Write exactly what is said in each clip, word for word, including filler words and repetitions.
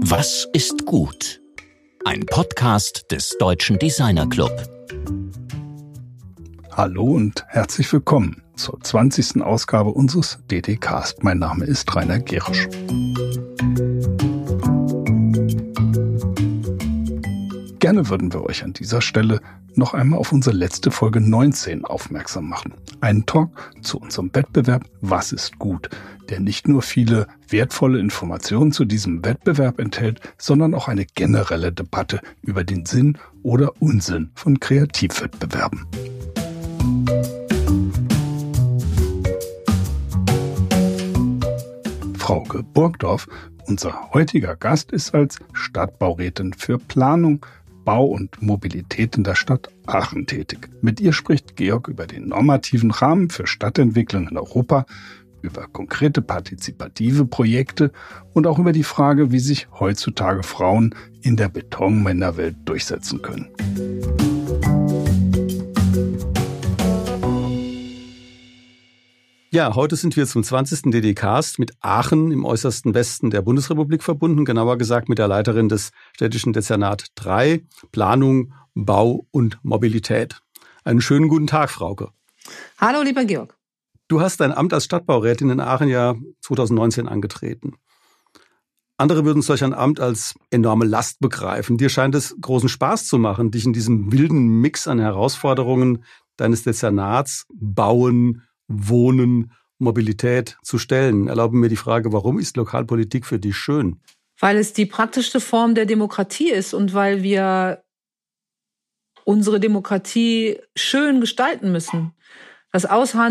Was ist gut? Ein Podcast des Deutschen Designer Club. Hallo und herzlich willkommen zur zwanzigsten Ausgabe unseres D D Cast. Mein Name ist Rainer Gerisch. Gerne würden wir euch an dieser Stelle noch einmal auf unsere letzte Folge neunzehn aufmerksam machen. Einen Talk zu unserem Wettbewerb Was ist gut?, der nicht nur viele wertvolle Informationen zu diesem Wettbewerb enthält, sondern auch eine generelle Debatte über den Sinn oder Unsinn von Kreativwettbewerben. Frauke Burgdorf, unser heutiger Gast, ist als Stadtbaurätin für Planung, Bau und Mobilität in der Stadt Aachen tätig. Mit ihr spricht Georg über den normativen Rahmen für Stadtentwicklung in Europa, über konkrete partizipative Projekte und auch über die Frage, wie sich heutzutage Frauen in der Betonmännerwelt durchsetzen können. Ja, heute sind wir zum zwanzigsten D D Cast mit Aachen im äußersten Westen der Bundesrepublik verbunden, genauer gesagt mit der Leiterin des städtischen Dezernat drei, Planung, Bau und Mobilität. Einen schönen guten Tag, Frauke. Hallo, lieber Georg. Du hast dein Amt als Stadtbaurätin in Aachen ja zweitausendneunzehn angetreten. Andere würden solch ein Amt als enorme Last begreifen. Dir scheint es großen Spaß zu machen, dich in diesem wilden Mix an Herausforderungen deines Dezernats Bauen, Wohnen, Mobilität zu stellen. Erlaube mir die Frage, warum ist Lokalpolitik für dich schön? Weil es die praktischste Form der Demokratie ist und weil wir unsere Demokratie schön gestalten müssen. Das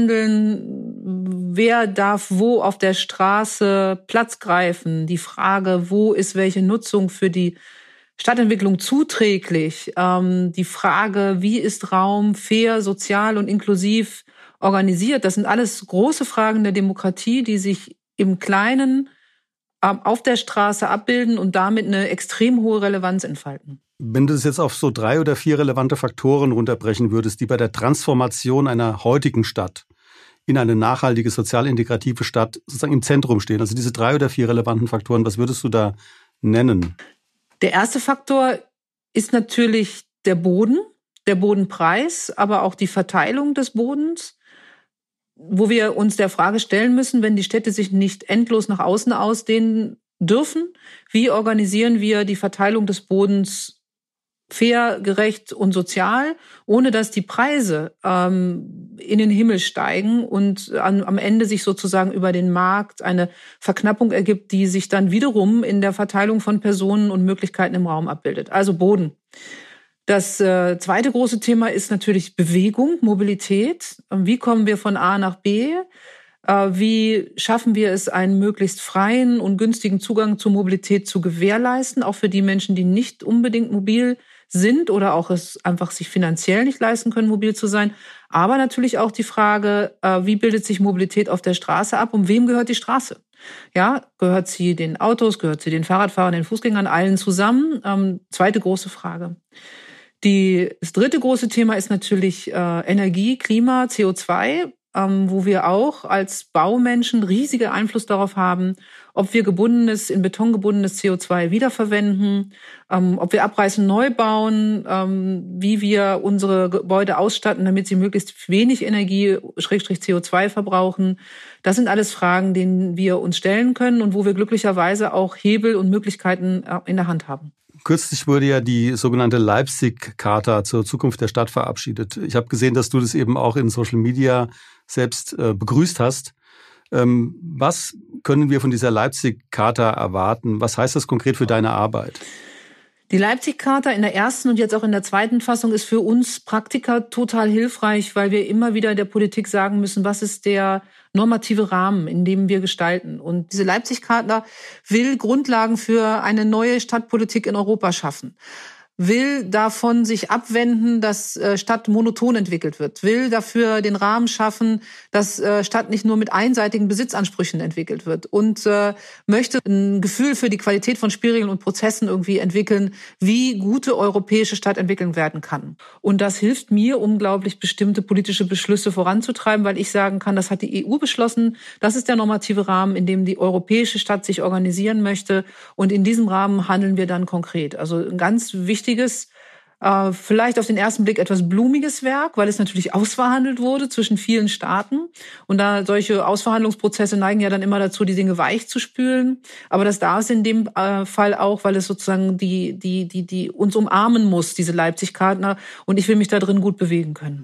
Aushandeln, wer darf wo auf der Straße Platz greifen, die Frage, wo ist welche Nutzung für die Stadtentwicklung zuträglich, ähm, die Frage, wie ist Raum fair, sozial und inklusiv organisiert. Das sind alles große Fragen der Demokratie, die sich im Kleinen ähm, auf der Straße abbilden und damit eine extrem hohe Relevanz entfalten. Wenn du es jetzt auf so drei oder vier relevante Faktoren runterbrechen würdest, die bei der Transformation einer heutigen Stadt in eine nachhaltige, sozial integrative Stadt sozusagen im Zentrum stehen, also diese drei oder vier relevanten Faktoren, was würdest du da nennen? Der erste Faktor ist natürlich der Boden, der Bodenpreis, aber auch die Verteilung des Bodens, wo wir uns der Frage stellen müssen, wenn die Städte sich nicht endlos nach außen ausdehnen dürfen, wie organisieren wir die Verteilung des Bodens fair, gerecht und sozial, ohne dass die Preise ähm, in den Himmel steigen und an, am Ende sich sozusagen über den Markt eine Verknappung ergibt, die sich dann wiederum in der Verteilung von Personen und Möglichkeiten im Raum abbildet. Also Boden. Das äh, zweite große Thema ist natürlich Bewegung, Mobilität. Wie kommen wir von A nach B? Äh, wie schaffen wir es, einen möglichst freien und günstigen Zugang zur Mobilität zu gewährleisten, auch für die Menschen, die nicht unbedingt mobil sind oder auch es einfach sich finanziell nicht leisten können, mobil zu sein. Aber natürlich auch die Frage, äh, wie bildet sich Mobilität auf der Straße ab und wem gehört die Straße? Ja, gehört sie den Autos, gehört sie den Fahrradfahrern, den Fußgängern, allen zusammen? Ähm, zweite große Frage. Die, das dritte große Thema ist natürlich äh, Energie, Klima, C O zwei, ähm, wo wir auch als Baumenschen riesige Einfluss darauf haben, ob wir gebundenes, in Beton gebundenes C O zwei wiederverwenden, ähm, ob wir abreißen, neu bauen, ähm, wie wir unsere Gebäude ausstatten, damit sie möglichst wenig Energie, Schrägstrich C O zwei verbrauchen. Das sind alles Fragen, denen wir uns stellen können und wo wir glücklicherweise auch Hebel und Möglichkeiten äh, in der Hand haben. Kürzlich wurde ja die sogenannte Leipzig-Charta zur Zukunft der Stadt verabschiedet. Ich habe gesehen, dass du das eben auch in Social Media selbst äh, begrüßt hast. Ähm, was können wir von dieser Leipzig-Charta erwarten? Was heißt das konkret für deine Arbeit? Die Leipzig-Charta in der ersten und jetzt auch in der zweiten Fassung ist für uns Praktiker total hilfreich, weil wir immer wieder der Politik sagen müssen, was ist der normative Rahmen, in dem wir gestalten. Und diese Leipzig-Charta will Grundlagen für eine neue Stadtpolitik in Europa schaffen. will davon sich abwenden, dass äh, Stadt monoton entwickelt wird, will dafür den Rahmen schaffen, dass äh, Stadt nicht nur mit einseitigen Besitzansprüchen entwickelt wird und äh, möchte ein Gefühl für die Qualität von Spielregeln und Prozessen irgendwie entwickeln, wie gute europäische Stadt entwickeln werden kann. Und das hilft mir unglaublich, bestimmte politische Beschlüsse voranzutreiben, weil ich sagen kann, das hat die E U beschlossen, das ist der normative Rahmen, in dem die europäische Stadt sich organisieren möchte und in diesem Rahmen handeln wir dann konkret. Also ein ganz wichtiges Äh, vielleicht auf den ersten Blick etwas blumiges Werk, weil es natürlich ausverhandelt wurde zwischen vielen Staaten. Und da solche Ausverhandlungsprozesse neigen ja dann immer dazu, die Dinge weich zu spülen. Aber das darf es in dem äh, Fall auch, weil es sozusagen die, die, die, die uns umarmen muss, diese Leipzig-Charta. Und ich will mich da drin gut bewegen können.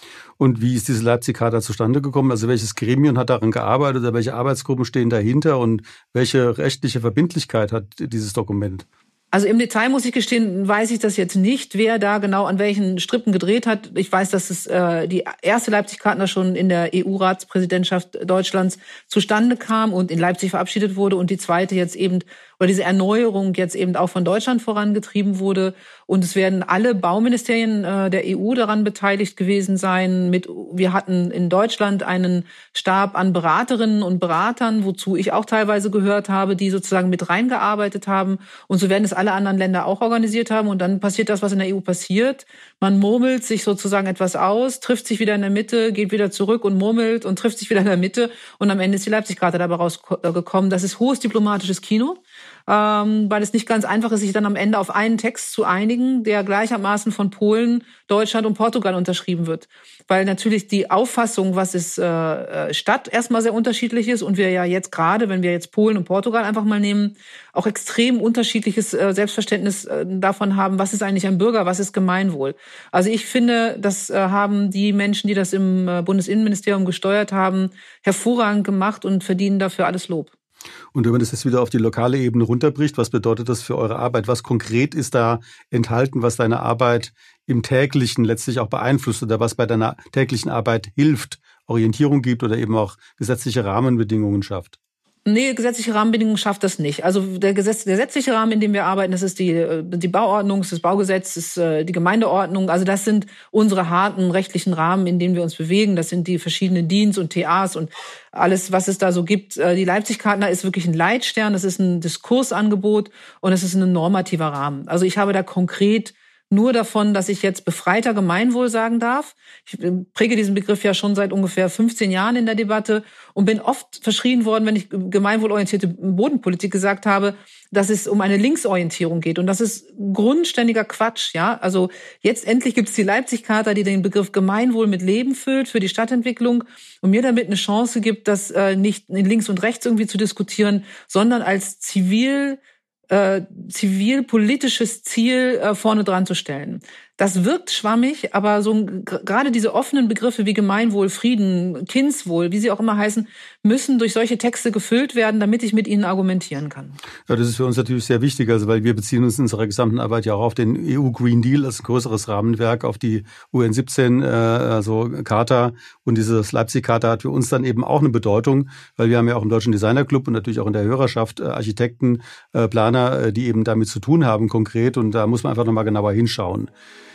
Und wie ist diese Leipzig-Charta zustande gekommen? Also welches Gremium hat daran gearbeitet oder welche Arbeitsgruppen stehen dahinter und welche rechtliche Verbindlichkeit hat dieses Dokument? Also im Detail muss ich gestehen, weiß ich das jetzt nicht, wer da genau an welchen Strippen gedreht hat. Ich weiß, dass es äh, die erste Leipzig-Charta schon in der E U-Ratspräsidentschaft Deutschlands zustande kam und in Leipzig verabschiedet wurde und die zweite jetzt eben, oder diese Erneuerung jetzt eben auch von Deutschland vorangetrieben wurde. Und es werden alle Bauministerien äh, der E U daran beteiligt gewesen sein. Mit, wir hatten in Deutschland einen Stab an Beraterinnen und Beratern, wozu ich auch teilweise gehört habe, die sozusagen mit reingearbeitet haben. Und so werden es alle anderen Länder auch organisiert haben. Und dann passiert das, was in der E U passiert. Man murmelt sich sozusagen etwas aus, trifft sich wieder in der Mitte, geht wieder zurück und murmelt und trifft sich wieder in der Mitte. Und am Ende ist die Leipzig-Charta dabei rausgekommen. Das ist hohes diplomatisches Kino, ähm, weil es nicht ganz einfach ist, sich dann am Ende auf einen Text zu einigen, der gleichermaßen von Polen, Deutschland und Portugal unterschrieben wird. Weil natürlich die Auffassung, was ist äh, Stadt, erstmal sehr unterschiedlich ist und wir ja jetzt gerade, wenn wir jetzt Polen und Portugal einfach mal nehmen, auch extrem unterschiedliches äh, Selbstverständnis äh, davon haben, was ist eigentlich ein Bürger, was ist Gemeinwohl. Also ich finde, das äh, haben die Menschen, die das im äh, Bundesinnenministerium gesteuert haben, hervorragend gemacht und verdienen dafür alles Lob. Und wenn man das jetzt wieder auf die lokale Ebene runterbricht, was bedeutet das für eure Arbeit? Was konkret ist da enthalten, was deine Arbeit im Täglichen letztlich auch beeinflusst oder was bei deiner täglichen Arbeit hilft, Orientierung gibt oder eben auch gesetzliche Rahmenbedingungen schafft? Nee, gesetzliche Rahmenbedingungen schafft das nicht. Also der, Gesetz, der gesetzliche Rahmen, in dem wir arbeiten, das ist die, die Bauordnung, das Baugesetz, das ist die Gemeindeordnung. Also das sind unsere harten rechtlichen Rahmen, in denen wir uns bewegen. Das sind die verschiedenen D I Ns und T As und alles, was es da so gibt. Die Leipzig-Charta ist wirklich ein Leitstern, das ist ein Diskursangebot und es ist ein normativer Rahmen. Also ich habe da konkret nur davon, dass ich jetzt befreiter Gemeinwohl sagen darf. Ich präge diesen Begriff ja schon seit ungefähr fünfzehn Jahren in der Debatte und bin oft verschrien worden, wenn ich gemeinwohlorientierte Bodenpolitik gesagt habe, dass es um eine Linksorientierung geht. Und das ist grundständiger Quatsch, ja. Also jetzt endlich gibt es die Leipzig-Charta, die den Begriff Gemeinwohl mit Leben füllt für die Stadtentwicklung und mir damit eine Chance gibt, das äh, nicht in links und rechts irgendwie zu diskutieren, sondern als zivil Äh, zivilpolitisches Ziel äh, vorne dran zu stellen. Das wirkt schwammig, aber so gerade diese offenen Begriffe wie Gemeinwohl, Frieden, Kindswohl, wie sie auch immer heißen, müssen durch solche Texte gefüllt werden, damit ich mit ihnen argumentieren kann. Ja, das ist für uns natürlich sehr wichtig, also weil wir beziehen uns in unserer gesamten Arbeit ja auch auf den E U Green Deal als größeres Rahmenwerk, auf die U N siebzehn, äh, also Charta, und dieses Leipzig-Charta hat für uns dann eben auch eine Bedeutung, weil wir haben ja auch im Deutschen Designer Club und natürlich auch in der Hörerschaft äh, Architekten, äh, Planer, äh, die eben damit zu tun haben konkret, und da muss man einfach nochmal genauer hinschauen.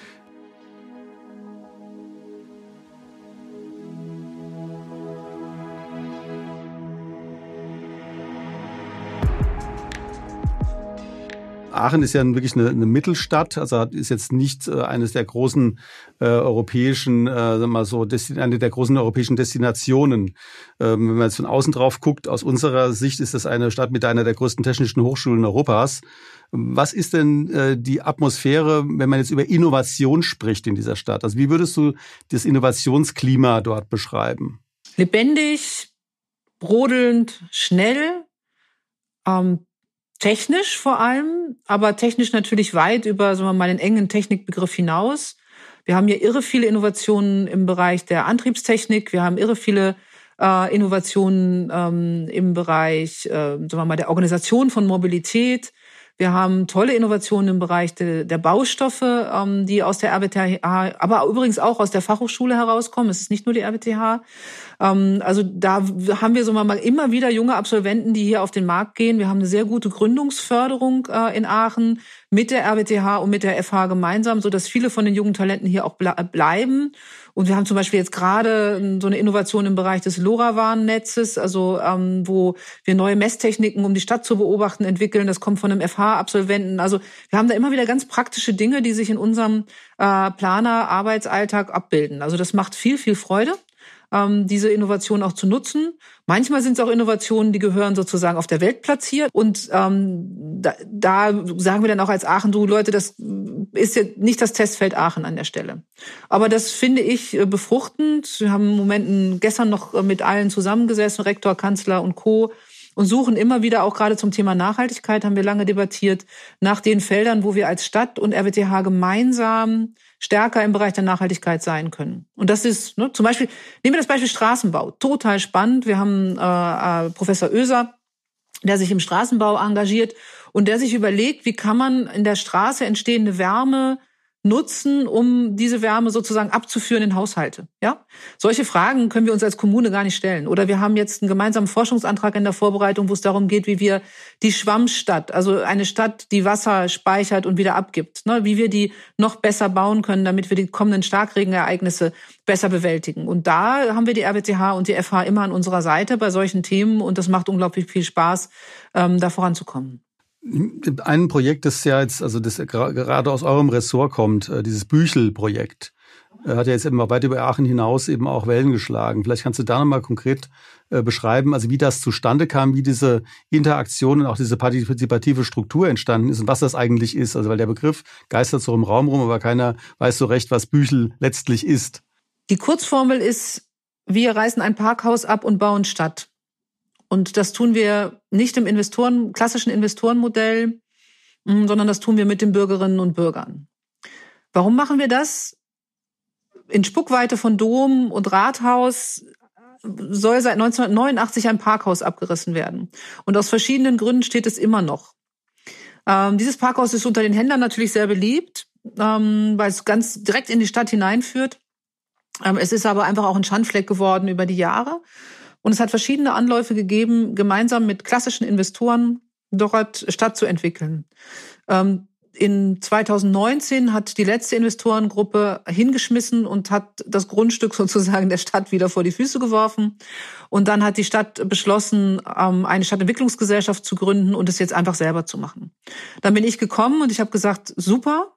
Aachen ist ja wirklich eine, eine Mittelstadt, also ist jetzt nicht äh, eines der großen äh, europäischen, äh, sagen wir mal so, Destin- eine der großen europäischen Destinationen. Ähm, wenn man jetzt von außen drauf guckt, aus unserer Sicht ist das eine Stadt mit einer der größten technischen Hochschulen Europas. Was ist denn äh, die Atmosphäre, wenn man jetzt über Innovation spricht in dieser Stadt? Also wie würdest du das Innovationsklima dort beschreiben? Lebendig, brodelnd, schnell, ähm, technisch vor allem, aber technisch natürlich weit über, sagen wir mal, den engen Technikbegriff hinaus. Wir haben hier irre viele Innovationen im Bereich der Antriebstechnik. Wir haben irre viele äh, Innovationen ähm, im Bereich, äh, sagen wir mal, der Organisation von Mobilität. Wir haben tolle Innovationen im Bereich de, der Baustoffe, ähm, die aus der R W T H, aber übrigens auch aus der Fachhochschule herauskommen. Es ist nicht nur die R W T H. Ähm, also da haben wir so mal immer wieder junge Absolventen, die hier auf den Markt gehen. Wir haben eine sehr gute Gründungsförderung äh, in Aachen mit der R W T H und mit der F H gemeinsam, so dass viele von den jungen Talenten hier auch ble- bleiben. Und wir haben zum Beispiel jetzt gerade so eine Innovation im Bereich des LoRaWAN-Netzes, also ähm, wo wir neue Messtechniken, um die Stadt zu beobachten, entwickeln. Das kommt von einem F H-Absolventen. Also wir haben da immer wieder ganz praktische Dinge, die sich in unserem äh, Planer-Arbeitsalltag abbilden. Also das macht viel, viel Freude, ähm, diese Innovation auch zu nutzen. Manchmal sind es auch Innovationen, die gehören sozusagen auf der Welt platziert. Und ähm, da, da sagen wir dann auch als Aachen, du Leute, das ist ja nicht das Testfeld Aachen an der Stelle. Aber das finde ich befruchtend. Wir haben im Moment gestern noch mit allen zusammengesessen, Rektor, Kanzler und Co., und suchen immer wieder, auch gerade zum Thema Nachhaltigkeit, haben wir lange debattiert, nach den Feldern, wo wir als Stadt und R W T H gemeinsam stärker im Bereich der Nachhaltigkeit sein können. Und das ist, ne, zum Beispiel, nehmen wir das Beispiel Straßenbau, total spannend. Wir haben äh, äh, Professor Oeser, der sich im Straßenbau engagiert und der sich überlegt, wie kann man in der Straße entstehende Wärme nutzen, um diese Wärme sozusagen abzuführen in Haushalte. Ja? Solche Fragen können wir uns als Kommune gar nicht stellen. Oder wir haben jetzt einen gemeinsamen Forschungsantrag in der Vorbereitung, wo es darum geht, wie wir die Schwammstadt, also eine Stadt, die Wasser speichert und wieder abgibt, ne, wie wir die noch besser bauen können, damit wir die kommenden Starkregenereignisse besser bewältigen. Und da haben wir die R W T H und die F H immer an unserer Seite bei solchen Themen und das macht unglaublich viel Spaß, ähm, da voranzukommen. Ein Projekt, das ja jetzt, also das gerade aus eurem Ressort kommt, dieses Büchel-Projekt, hat ja jetzt eben weit über Aachen hinaus eben auch Wellen geschlagen. Vielleicht kannst du da nochmal konkret beschreiben, also wie das zustande kam, wie diese Interaktion und auch diese partizipative Struktur entstanden ist und was das eigentlich ist. Also weil der Begriff geistert so im Raum rum, aber keiner weiß so recht, was Büchel letztlich ist. Die Kurzformel ist, wir reißen ein Parkhaus ab und bauen Stadt. Und das tun wir nicht im Investoren, klassischen Investorenmodell, sondern das tun wir mit den Bürgerinnen und Bürgern. Warum machen wir das? In Spuckweite von Dom und Rathaus soll seit neunzehnhundertneunundachtzig ein Parkhaus abgerissen werden. Und aus verschiedenen Gründen steht es immer noch. Ähm, dieses Parkhaus ist unter den Händlern natürlich sehr beliebt, ähm, weil es ganz direkt in die Stadt hineinführt. Ähm, es ist aber einfach auch ein Schandfleck geworden über die Jahre. Und es hat verschiedene Anläufe gegeben, gemeinsam mit klassischen Investoren dort Stadt zu entwickeln. Ähm, in zweitausendneunzehn hat die letzte Investorengruppe hingeschmissen und hat das Grundstück sozusagen der Stadt wieder vor die Füße geworfen. Und dann hat die Stadt beschlossen, eine Stadtentwicklungsgesellschaft zu gründen und es jetzt einfach selber zu machen. Dann bin ich gekommen und ich habe gesagt, super.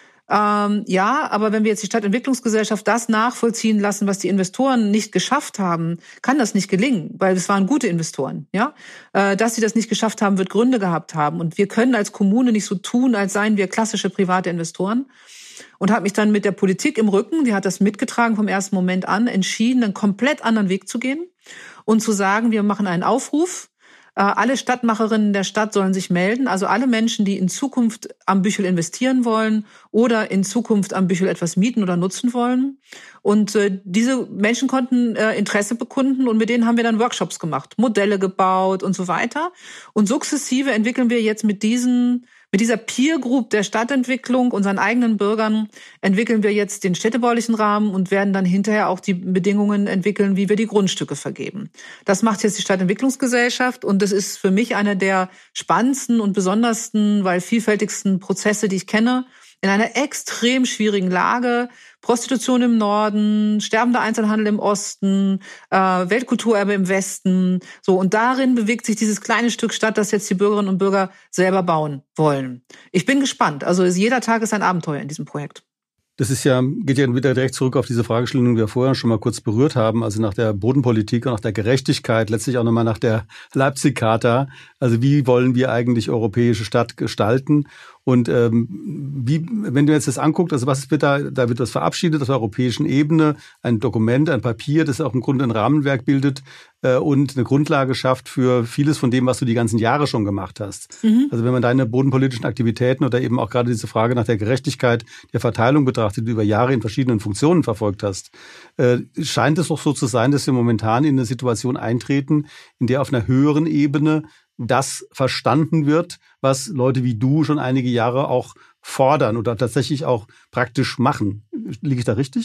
Ähm, ja, aber wenn wir jetzt die Stadtentwicklungsgesellschaft das nachvollziehen lassen, was die Investoren nicht geschafft haben, kann das nicht gelingen, weil es waren gute Investoren. Ja, äh, dass sie das nicht geschafft haben, wird Gründe gehabt haben. Und wir können als Kommune nicht so tun, als seien wir klassische private Investoren. Und habe mich dann mit der Politik im Rücken, die hat das mitgetragen vom ersten Moment an, entschieden, einen komplett anderen Weg zu gehen und zu sagen, wir machen einen Aufruf. Alle Stadtmacherinnen der Stadt sollen sich melden, also alle Menschen, die in Zukunft am Büchel investieren wollen oder in Zukunft am Büchel etwas mieten oder nutzen wollen. Und äh, diese Menschen konnten äh, Interesse bekunden und mit denen haben wir dann Workshops gemacht, Modelle gebaut und so weiter. Und sukzessive entwickeln wir jetzt mit diesen Mit dieser Peer Group der Stadtentwicklung, unseren eigenen Bürgern, entwickeln wir jetzt den städtebaulichen Rahmen und werden dann hinterher auch die Bedingungen entwickeln, wie wir die Grundstücke vergeben. Das macht jetzt die Stadtentwicklungsgesellschaft und das ist für mich einer der spannendsten und besondersten, weil vielfältigsten Prozesse, die ich kenne, in einer extrem schwierigen Lage. Prostitution im Norden, sterbender Einzelhandel im Osten, äh, Weltkulturerbe im Westen. So, und darin bewegt sich dieses kleine Stück Stadt, das jetzt die Bürgerinnen und Bürger selber bauen wollen. Ich bin gespannt. Also jeder Tag ist ein Abenteuer in diesem Projekt. Das ist ja, geht ja wieder direkt zurück auf diese Fragestellung, die wir vorher schon mal kurz berührt haben, also nach der Bodenpolitik und nach der Gerechtigkeit, letztlich auch nochmal nach der Leipzig-Charta. Also wie wollen wir eigentlich europäische Stadt gestalten? Und ähm, wie, wenn du jetzt das anguckst, also was wird da, da wird was verabschiedet auf der europäischen Ebene, ein Dokument, ein Papier, das auch im Grunde ein Rahmenwerk bildet äh, und eine Grundlage schafft für vieles von dem, was du die ganzen Jahre schon gemacht hast. Mhm. Also wenn man deine bodenpolitischen Aktivitäten oder eben auch gerade diese Frage nach der Gerechtigkeit, der Verteilung betrachtet, die du über Jahre in verschiedenen Funktionen verfolgt hast, äh, scheint es doch so zu sein, dass wir momentan in eine Situation eintreten, in der auf einer höheren Ebene das verstanden wird, was Leute wie du schon einige Jahre auch fordern oder tatsächlich auch praktisch machen. Liege ich da richtig?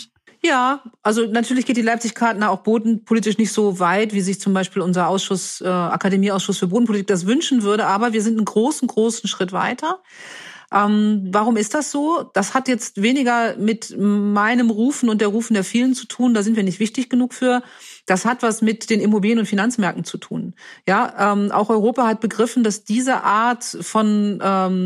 Ja, also natürlich geht die Leipzig-Kartner auch bodenpolitisch nicht so weit, wie sich zum Beispiel unser Ausschuss, äh, Akademieausschuss für Bodenpolitik das wünschen würde. Aber wir sind einen großen, großen Schritt weiter. Ähm, warum ist das so? Das hat jetzt weniger mit meinem Rufen und der Rufen der vielen zu tun. Da sind wir nicht wichtig genug für. Das hat was mit den Immobilien- und Finanzmärkten zu tun. Ja, ähm, auch Europa hat begriffen, dass diese Art von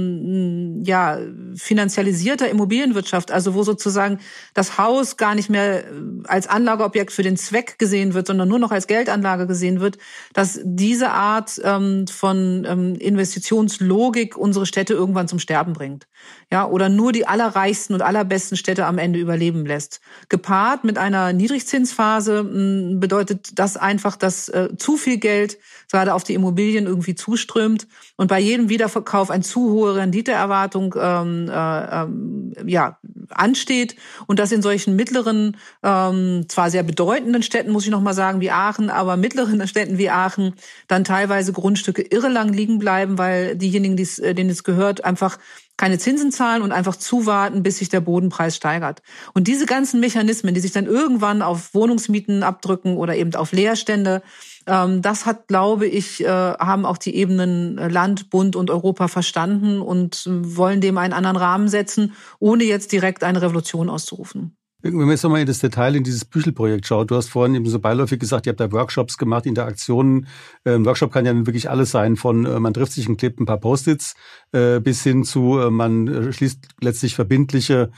ähm, ja finanzialisierter Immobilienwirtschaft, also wo sozusagen das Haus gar nicht mehr als Anlageobjekt für den Zweck gesehen wird, sondern nur noch als Geldanlage gesehen wird, dass diese Art ähm, von ähm, Investitionslogik unsere Städte irgendwann zum Sterben bringt. Ja, oder nur die allerreichsten und allerbesten Städte am Ende überleben lässt. Gepaart mit einer Niedrigzinsphase mh, bedeutet das einfach, dass äh, zu viel Geld gerade auf die Immobilien irgendwie zuströmt und bei jedem Wiederverkauf eine zu hohe Renditeerwartung ähm, äh, ähm, ja ansteht und das in solchen mittleren, ähm, zwar sehr bedeutenden Städten, muss ich noch mal sagen, wie Aachen, aber mittleren Städten wie Aachen dann teilweise Grundstücke irrelang liegen bleiben, weil diejenigen, denen es gehört, einfach keine Zinsen zahlen und einfach zuwarten, bis sich der Bodenpreis steigert. Und diese ganzen Mechanismen, die sich dann irgendwann auf Wohnungsmieten abdrücken oder eben auf Leerstände, ähm, das hat, glaube ich, äh, haben auch die Ebenen Land, Bund und Europa verstanden und wollen dem einen anderen Rahmen setzen, ohne jetzt direkt eine Revolution auszurufen. Wenn man jetzt nochmal in das Detail in dieses Büchelprojekt schaut, du hast vorhin eben so beiläufig gesagt, ihr habt da Workshops gemacht, Interaktionen. Ein Workshop kann ja wirklich alles sein, von man trifft sich und klebt ein paar Post-its bis hin zu man schließt letztlich verbindliche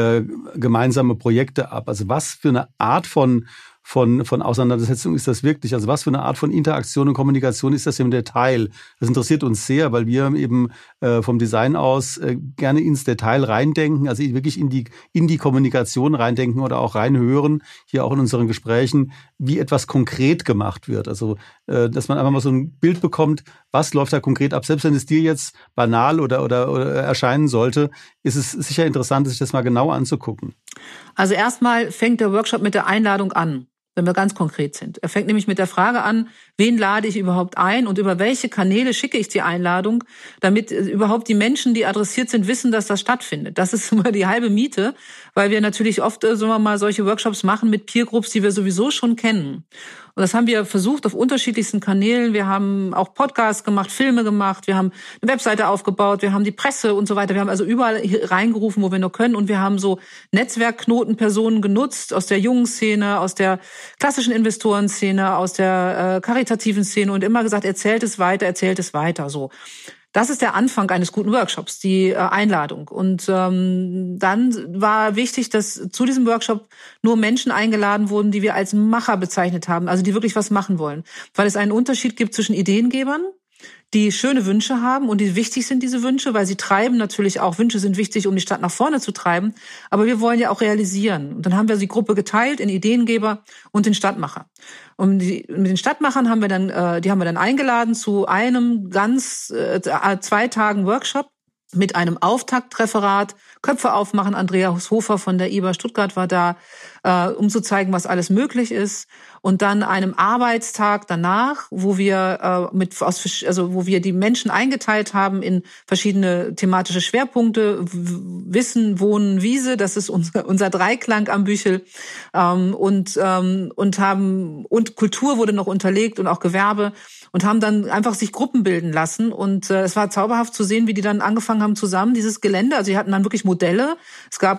gemeinsame Projekte ab. Also was für eine Art von von von Auseinandersetzung ist das wirklich? Also was für eine Art von Interaktion und Kommunikation ist das im Detail? Das interessiert uns sehr, weil wir eben äh, vom Design aus äh, gerne ins Detail reindenken, also wirklich in die in die Kommunikation reindenken oder auch reinhören, hier auch in unseren Gesprächen, wie etwas konkret gemacht wird. Also äh, dass man einfach mal so ein Bild bekommt, was läuft da konkret ab. Selbst wenn es dir jetzt banal oder, oder, oder erscheinen sollte, ist es sicher interessant, sich das mal genau anzugucken. Also erstmal fängt der Workshop mit der Einladung an, wenn wir ganz konkret sind. Er fängt nämlich mit der Frage an, wen lade ich überhaupt ein und über welche Kanäle schicke ich die Einladung, damit überhaupt die Menschen, die adressiert sind, wissen, dass das stattfindet. Das ist immer die halbe Miete, weil wir natürlich oft, sagen wir mal, solche Workshops machen mit Peergroups, die wir sowieso schon kennen. Und das haben wir versucht auf unterschiedlichsten Kanälen. Wir haben auch Podcasts gemacht, Filme gemacht, wir haben eine Webseite aufgebaut, wir haben die Presse und so weiter. Wir haben also überall reingerufen, wo wir nur können. Und wir haben so Netzwerkknotenpersonen genutzt aus der jungen Szene, aus der klassischen Investorenszene, aus der äh, karitativen Szene und immer gesagt, erzählt es weiter, erzählt es weiter, so. Das ist der Anfang eines guten Workshops, die äh, Einladung. Und ähm, dann war wichtig, dass zu diesem Workshop nur Menschen eingeladen wurden, die wir als Macher bezeichnet haben, also die wirklich was machen wollen. Weil es einen Unterschied gibt zwischen Ideengebern, die schöne Wünsche haben und die wichtig sind, diese Wünsche, weil sie treiben natürlich auch. Wünsche sind wichtig, um die Stadt nach vorne zu treiben. Aber wir wollen ja auch realisieren. Und dann haben wir die Gruppe geteilt in Ideengeber und den Stadtmacher. Und die, mit den Stadtmachern haben wir dann, äh, die haben wir dann eingeladen zu einem ganz, äh, zwei Tagen Workshop mit einem Auftaktreferat, Köpfe aufmachen. Andreas Hofer von der I B A Stuttgart war da, äh, um zu zeigen, was alles möglich ist. Und dann einem Arbeitstag danach, wo wir äh, mit aus, also wo wir die Menschen eingeteilt haben in verschiedene thematische Schwerpunkte, Wissen, Wohnen, Wiese, das ist unser unser Dreiklang am Büchel, ähm, und ähm, und haben und Kultur wurde noch unterlegt und auch Gewerbe und haben dann einfach sich Gruppen bilden lassen und äh, es war zauberhaft zu sehen, wie die dann angefangen haben zusammen dieses Gelände, also sie hatten dann wirklich Modelle, es gab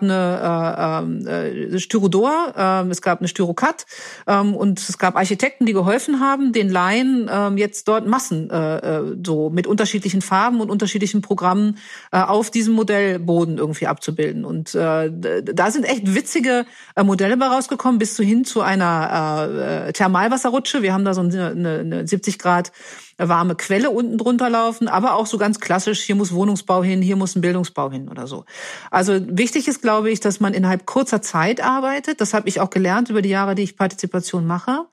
eine äh, äh, Styrodor, äh, es gab eine Styrokat ähm, und es gab Architekten, die geholfen haben, den Laien äh, jetzt dort Massen äh, so mit unterschiedlichen Farben und unterschiedlichen Programmen äh, auf diesem Modellboden irgendwie abzubilden. Und äh, da sind echt witzige äh, Modelle bei rausgekommen, bis hin zu einer äh, Thermalwasserrutsche. Wir haben da so eine, eine siebzig Grad warme Quelle unten drunter laufen, aber auch so ganz klassisch, hier muss Wohnungsbau hin, hier muss ein Bildungsbau hin oder so. Also wichtig ist, glaube ich, dass man innerhalb kurzer Zeit arbeitet. Das habe ich auch gelernt über die Jahre, die ich Partizipation mache.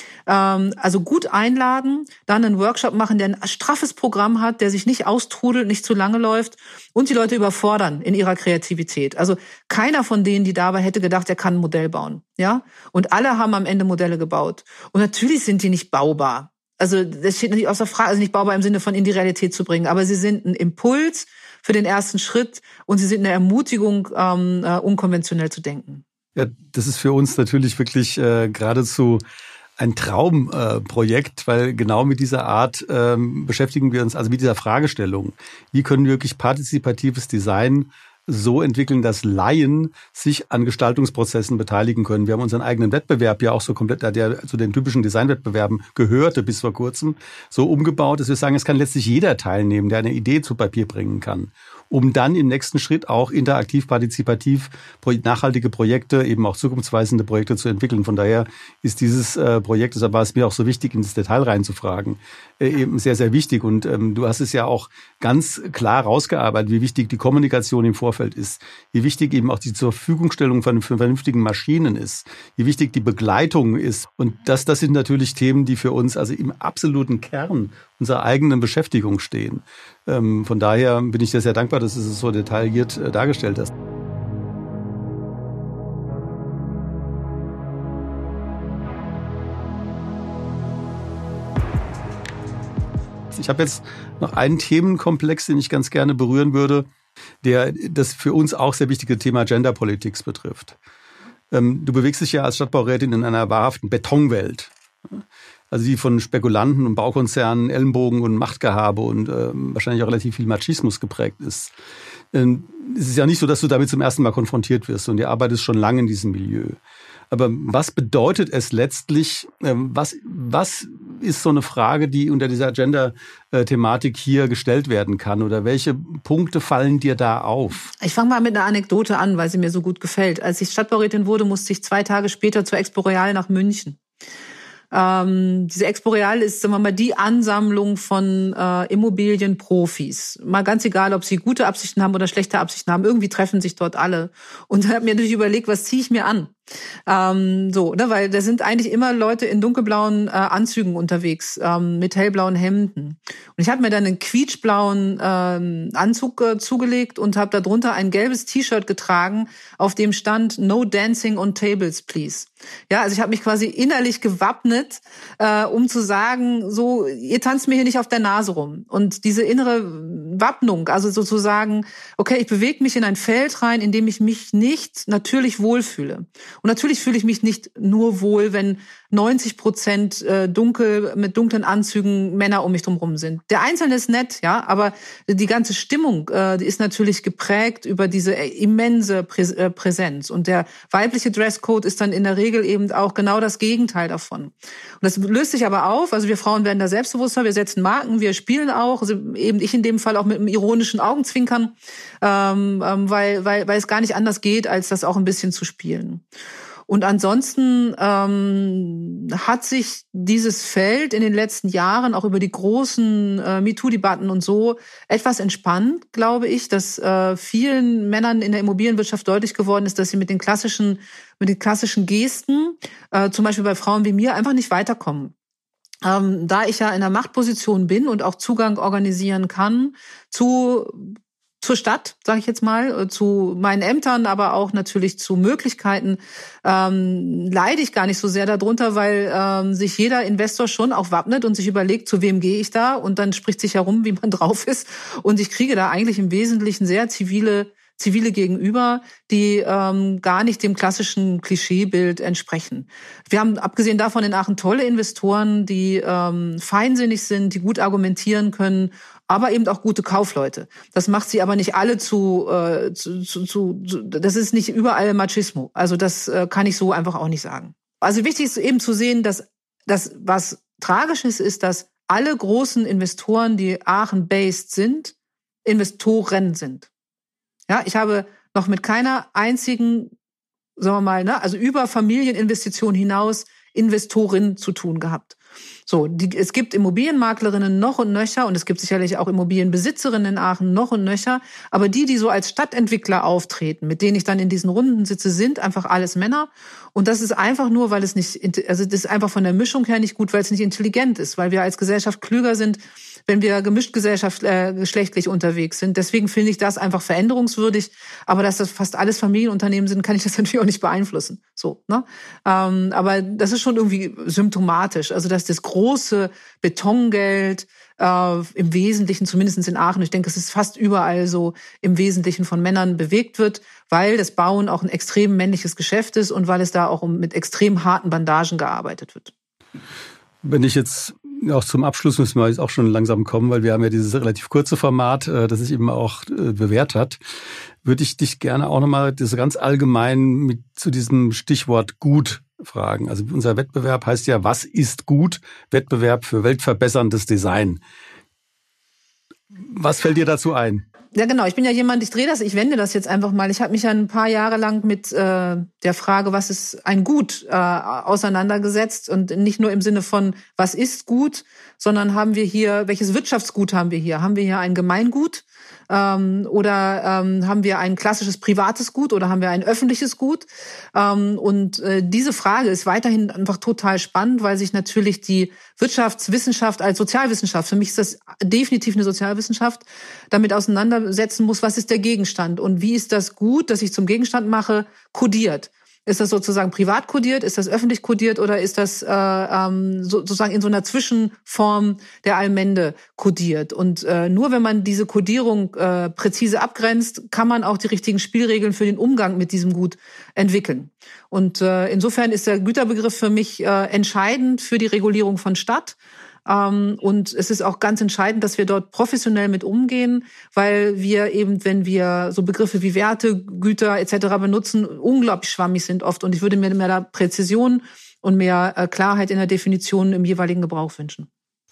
Also gut einladen, dann einen Workshop machen, der ein straffes Programm hat, der sich nicht austrudelt, nicht zu lange läuft und die Leute überfordern in ihrer Kreativität. Also keiner von denen, die da war, hätte gedacht, er kann ein Modell bauen. Ja? Und alle haben am Ende Modelle gebaut. Und natürlich sind die nicht baubar. Also das steht natürlich außer Frage, also nicht baubar im Sinne von in die Realität zu bringen, aber sie sind ein Impuls für den ersten Schritt und sie sind eine Ermutigung, ähm, äh, unkonventionell zu denken. Ja, das ist für uns natürlich wirklich äh, geradezu ein Traumprojekt, äh, weil genau mit dieser Art ähm, beschäftigen wir uns, also mit dieser Fragestellung. Wie können wir wirklich partizipatives Design so entwickeln, dass Laien sich an Gestaltungsprozessen beteiligen können. Wir haben unseren eigenen Wettbewerb ja auch so komplett, der zu den typischen Designwettbewerben gehörte bis vor kurzem, so umgebaut, dass wir sagen, es kann letztlich jeder teilnehmen, der eine Idee zu Papier bringen kann, um dann im nächsten Schritt auch interaktiv, partizipativ nachhaltige Projekte, eben auch zukunftsweisende Projekte zu entwickeln. Von daher ist dieses Projekt, deshalb war es mir auch so wichtig, ins Detail reinzufragen, eben sehr, sehr wichtig. Und ähm, du hast es ja auch ganz klar rausgearbeitet, wie wichtig die Kommunikation im Vorfeld ist, wie wichtig eben auch die zur Verfügungstellung von vernünftigen Maschinen ist, wie wichtig die Begleitung ist. Und das, das sind natürlich Themen, die für uns also im absoluten Kern unserer eigenen Beschäftigung stehen. Ähm, von daher bin ich dir sehr dankbar, dass du es so detailliert äh, dargestellt hast. Ich habe jetzt noch einen Themenkomplex, den ich ganz gerne berühren würde, der das für uns auch sehr wichtige Thema Gender Politics betrifft. Ähm, du bewegst dich ja als Stadtbaurätin in einer wahrhaften Betonwelt. Also die von Spekulanten und Baukonzernen, Ellenbogen und Machtgehabe und äh, wahrscheinlich auch relativ viel Machismus geprägt ist. Ähm, es ist ja nicht so, dass du damit zum ersten Mal konfrontiert wirst und die Arbeit ist schon lange in diesem Milieu. Aber was bedeutet es letztlich, ähm, was, was ist so eine Frage, die unter dieser Gender-Thematik hier gestellt werden kann? Oder welche Punkte fallen dir da auf? Ich fange mal mit einer Anekdote an, weil sie mir so gut gefällt. Als ich Stadtbaurätin wurde, musste ich zwei Tage später zur Expo Real nach München. Ähm, diese Expo Real ist, sagen wir mal, die Ansammlung von äh, Immobilienprofis. Mal ganz egal, ob sie gute Absichten haben oder schlechte Absichten haben. Irgendwie treffen sich dort alle. Und ich habe mir natürlich überlegt, was ziehe ich mir an? Ähm, so, ne, weil da sind eigentlich immer Leute in dunkelblauen äh, Anzügen unterwegs, ähm, mit hellblauen Hemden. Und ich habe mir dann einen quietschblauen ähm, Anzug äh, zugelegt und habe darunter ein gelbes T-Shirt getragen, auf dem stand "No dancing on tables, please". Ja, also ich habe mich quasi innerlich gewappnet, äh, um zu sagen, so, ihr tanzt mir hier nicht auf der Nase rum. Und diese innere Wappnung, also sozusagen, okay, ich bewege mich in ein Feld rein, in dem ich mich nicht natürlich wohlfühle. Und natürlich fühle ich mich nicht nur wohl, wenn neunzig Prozent äh, dunkel mit dunklen Anzügen Männer um mich drumherum sind. Der Einzelne ist nett, ja, aber die ganze Stimmung, äh, die ist natürlich geprägt über diese immense Prä- äh, Präsenz. Und der weibliche Dresscode ist dann in der Regel eben auch genau das Gegenteil davon. Und das löst sich aber auf. Also wir Frauen werden da selbstbewusster, wir setzen Marken, wir spielen auch, also eben ich in dem Fall auch mit einem ironischen Augenzwinkern, ähm, ähm, weil, weil, weil es gar nicht anders geht, als das auch ein bisschen zu spielen. Und ansonsten ähm, hat sich dieses Feld in den letzten Jahren auch über die großen äh, MeToo-Debatten und so etwas entspannt, glaube ich, dass äh, vielen Männern in der Immobilienwirtschaft deutlich geworden ist, dass sie mit den klassischen, mit den klassischen Gesten, äh, zum Beispiel bei Frauen wie mir, einfach nicht weiterkommen. Ähm, da ich ja in einer Machtposition bin und auch Zugang organisieren kann zu zur Stadt, sage ich jetzt mal, zu meinen Ämtern, aber auch natürlich zu Möglichkeiten, ähm, leide ich gar nicht so sehr darunter, weil ähm, sich jeder Investor schon auch wappnet und sich überlegt, zu wem gehe ich da, und dann spricht sich herum, wie man drauf ist, und ich kriege da eigentlich im Wesentlichen sehr zivile Zivile gegenüber, die ähm, gar nicht dem klassischen Klischeebild entsprechen. Wir haben abgesehen davon in Aachen tolle Investoren, die ähm, feinsinnig sind, die gut argumentieren können, aber eben auch gute Kaufleute. Das macht sie aber nicht alle zu, äh, zu, zu, zu das ist nicht überall Machismo. Also das äh, kann ich so einfach auch nicht sagen. Also wichtig ist eben zu sehen, dass das, was tragisch ist, ist, dass alle großen Investoren, die Aachen-based sind, Investoren sind. Ja, ich habe noch mit keiner einzigen, sagen wir mal, ne, also über Familieninvestitionen hinaus Investorin zu tun gehabt. So, die, es gibt Immobilienmaklerinnen noch und nöcher, und es gibt sicherlich auch Immobilienbesitzerinnen in Aachen noch und nöcher, aber die, die so als Stadtentwickler auftreten, mit denen ich dann in diesen Runden sitze, sind einfach alles Männer. Und das ist einfach nur, weil es nicht, also das ist einfach von der Mischung her nicht gut, weil es nicht intelligent ist, weil wir als Gesellschaft klüger sind, wenn wir gemischt Gesellschaft, äh, geschlechtlich unterwegs sind. Deswegen finde ich das einfach veränderungswürdig. Aber dass das fast alles Familienunternehmen sind, kann ich das natürlich auch nicht beeinflussen. So, ne? Ähm, aber das ist schon irgendwie symptomatisch. Also dass das große Betongeld äh, im Wesentlichen, zumindest in Aachen, ich denke, es ist fast überall so, im Wesentlichen von Männern bewegt wird, weil das Bauen auch ein extrem männliches Geschäft ist und weil es da auch mit extrem harten Bandagen gearbeitet wird. Wenn ich jetzt auch zum Abschluss müssen wir jetzt auch schon langsam kommen, weil wir haben ja dieses relativ kurze Format, das sich eben auch bewährt hat, würde ich dich gerne auch nochmal das ganz allgemein mit zu diesem Stichwort gut fragen. Also unser Wettbewerb heißt ja, was ist gut? Wettbewerb für weltverbesserndes Design. Was fällt dir dazu ein? Ja, genau. Ich bin ja jemand, ich drehe das, ich wende das jetzt einfach mal. Ich habe mich ja ein paar Jahre lang mit äh, der Frage, was ist ein Gut, äh, auseinandergesetzt. Und nicht nur im Sinne von, was ist gut, sondern haben wir hier, welches Wirtschaftsgut haben wir hier? Haben wir hier ein Gemeingut? Ähm, oder ähm, haben wir ein klassisches privates Gut oder haben wir ein öffentliches Gut? Ähm, und äh, diese Frage ist weiterhin einfach total spannend, weil sich natürlich die Wirtschaftswissenschaft als Sozialwissenschaft, für mich ist das definitiv eine Sozialwissenschaft, damit auseinandersetzen muss, was ist der Gegenstand und wie ist das Gut, das ich zum Gegenstand mache, kodiert. Ist das sozusagen privat kodiert, ist das öffentlich kodiert oder ist das äh, ähm, so, sozusagen in so einer Zwischenform der Allmende kodiert? Und äh, nur wenn man diese Kodierung äh, präzise abgrenzt, kann man auch die richtigen Spielregeln für den Umgang mit diesem Gut entwickeln. Und äh, insofern ist der Güterbegriff für mich äh, entscheidend für die Regulierung von Stadt. Um, und es ist auch ganz entscheidend, dass wir dort professionell mit umgehen, weil wir eben, wenn wir so Begriffe wie Werte, Güter et cetera benutzen, unglaublich schwammig sind oft. Und ich würde mir mehr da Präzision und mehr äh, Klarheit in der Definition im jeweiligen Gebrauch wünschen.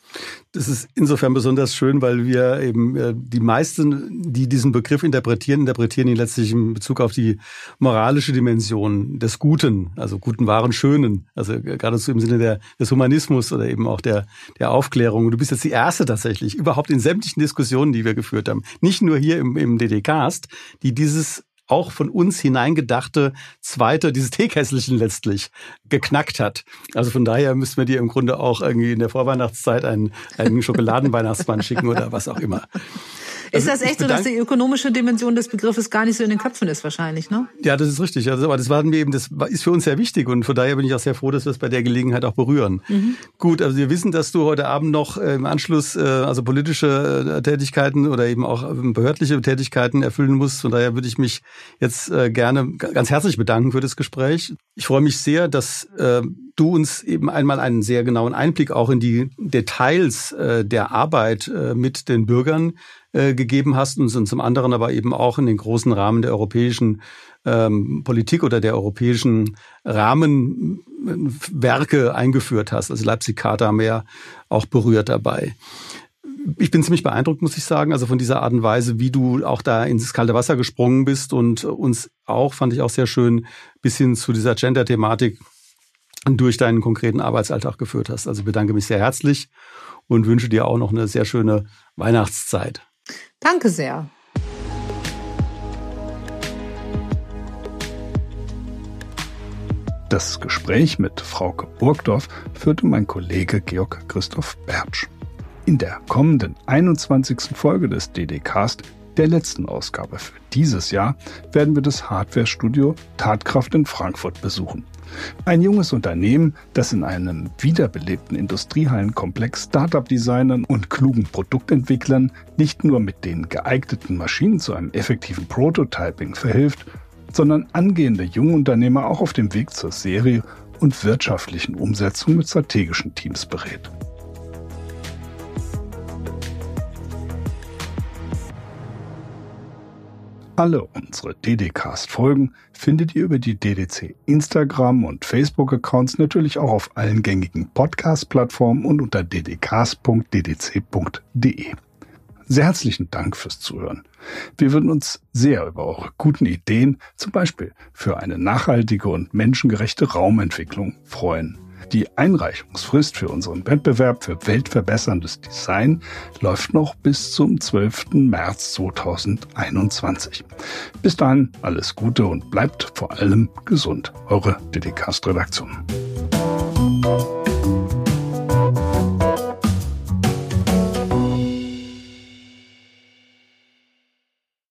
Das ist insofern besonders schön, weil wir eben äh, die meisten, die diesen Begriff interpretieren, interpretieren ihn letztlich in Bezug auf die moralische Dimension des Guten, also guten, wahren, schönen, also geradezu im Sinne der, des Humanismus oder eben auch der, der Aufklärung. Und du bist jetzt die Erste tatsächlich, überhaupt in sämtlichen Diskussionen, die wir geführt haben, nicht nur hier im, im D D-Cast, die dieses auch von uns hineingedachte zweite, dieses Teekesselchen letztlich geknackt hat. Also von daher müssten wir dir im Grunde auch irgendwie in der Vorweihnachtszeit einen, einen Schokoladenweihnachtsmann schicken oder was auch immer. Ist das echt so, dass die ökonomische Dimension des Begriffes gar nicht so in den Köpfen ist wahrscheinlich, ne? Ja, das ist richtig. Also, aber das war mir eben, das ist für uns sehr wichtig und von daher bin ich auch sehr froh, dass wir es bei der Gelegenheit auch berühren. Mhm. Gut, also wir wissen, dass du heute Abend noch im Anschluss also politische Tätigkeiten oder eben auch behördliche Tätigkeiten erfüllen musst. Von daher würde ich mich jetzt gerne ganz herzlich bedanken für das Gespräch. Ich freue mich sehr, dass du uns eben einmal einen sehr genauen Einblick auch in die Details der Arbeit mit den Bürgern gegeben hast und zum anderen aber eben auch in den großen Rahmen der europäischen ähm, Politik oder der europäischen Rahmenwerke eingeführt hast. Also Leipzig-Charta haben wir ja auch berührt dabei. Ich bin ziemlich beeindruckt, muss ich sagen, also von dieser Art und Weise, wie du auch da ins kalte Wasser gesprungen bist und uns auch, fand ich auch sehr schön, bis hin zu dieser Gender-Thematik durch deinen konkreten Arbeitsalltag geführt hast. Also ich bedanke mich sehr herzlich und wünsche dir auch noch eine sehr schöne Weihnachtszeit. Danke sehr. Das Gespräch mit Frauke Burgdorf führte mein Kollege Georg Christoph Bertsch. In der kommenden einundzwanzigsten Folge des D D-Cast, der letzten Ausgabe für dieses Jahr, werden wir das Hardware-Studio Tatkraft in Frankfurt besuchen. Ein junges Unternehmen, das in einem wiederbelebten Industriehallenkomplex Startup-Designern und klugen Produktentwicklern nicht nur mit den geeigneten Maschinen zu einem effektiven Prototyping verhilft, sondern angehende Jungunternehmer auch auf dem Weg zur Serie und wirtschaftlichen Umsetzung mit strategischen Teams berät. Alle unsere D D-Cast-Folgen findet ihr über die D D C Instagram- und Facebook-Accounts natürlich auch auf allen gängigen Podcast-Plattformen und unter d d cast punkt d d c punkt d e. Sehr herzlichen Dank fürs Zuhören. Wir würden uns sehr über eure guten Ideen, zum Beispiel für eine nachhaltige und menschengerechte Raumentwicklung, freuen. Die Einreichungsfrist für unseren Wettbewerb für weltverbesserndes Design läuft noch bis zum zwölften März zweitausendeinundzwanzig. Bis dahin alles Gute und bleibt vor allem gesund. Eure D D-Cast-Redaktion.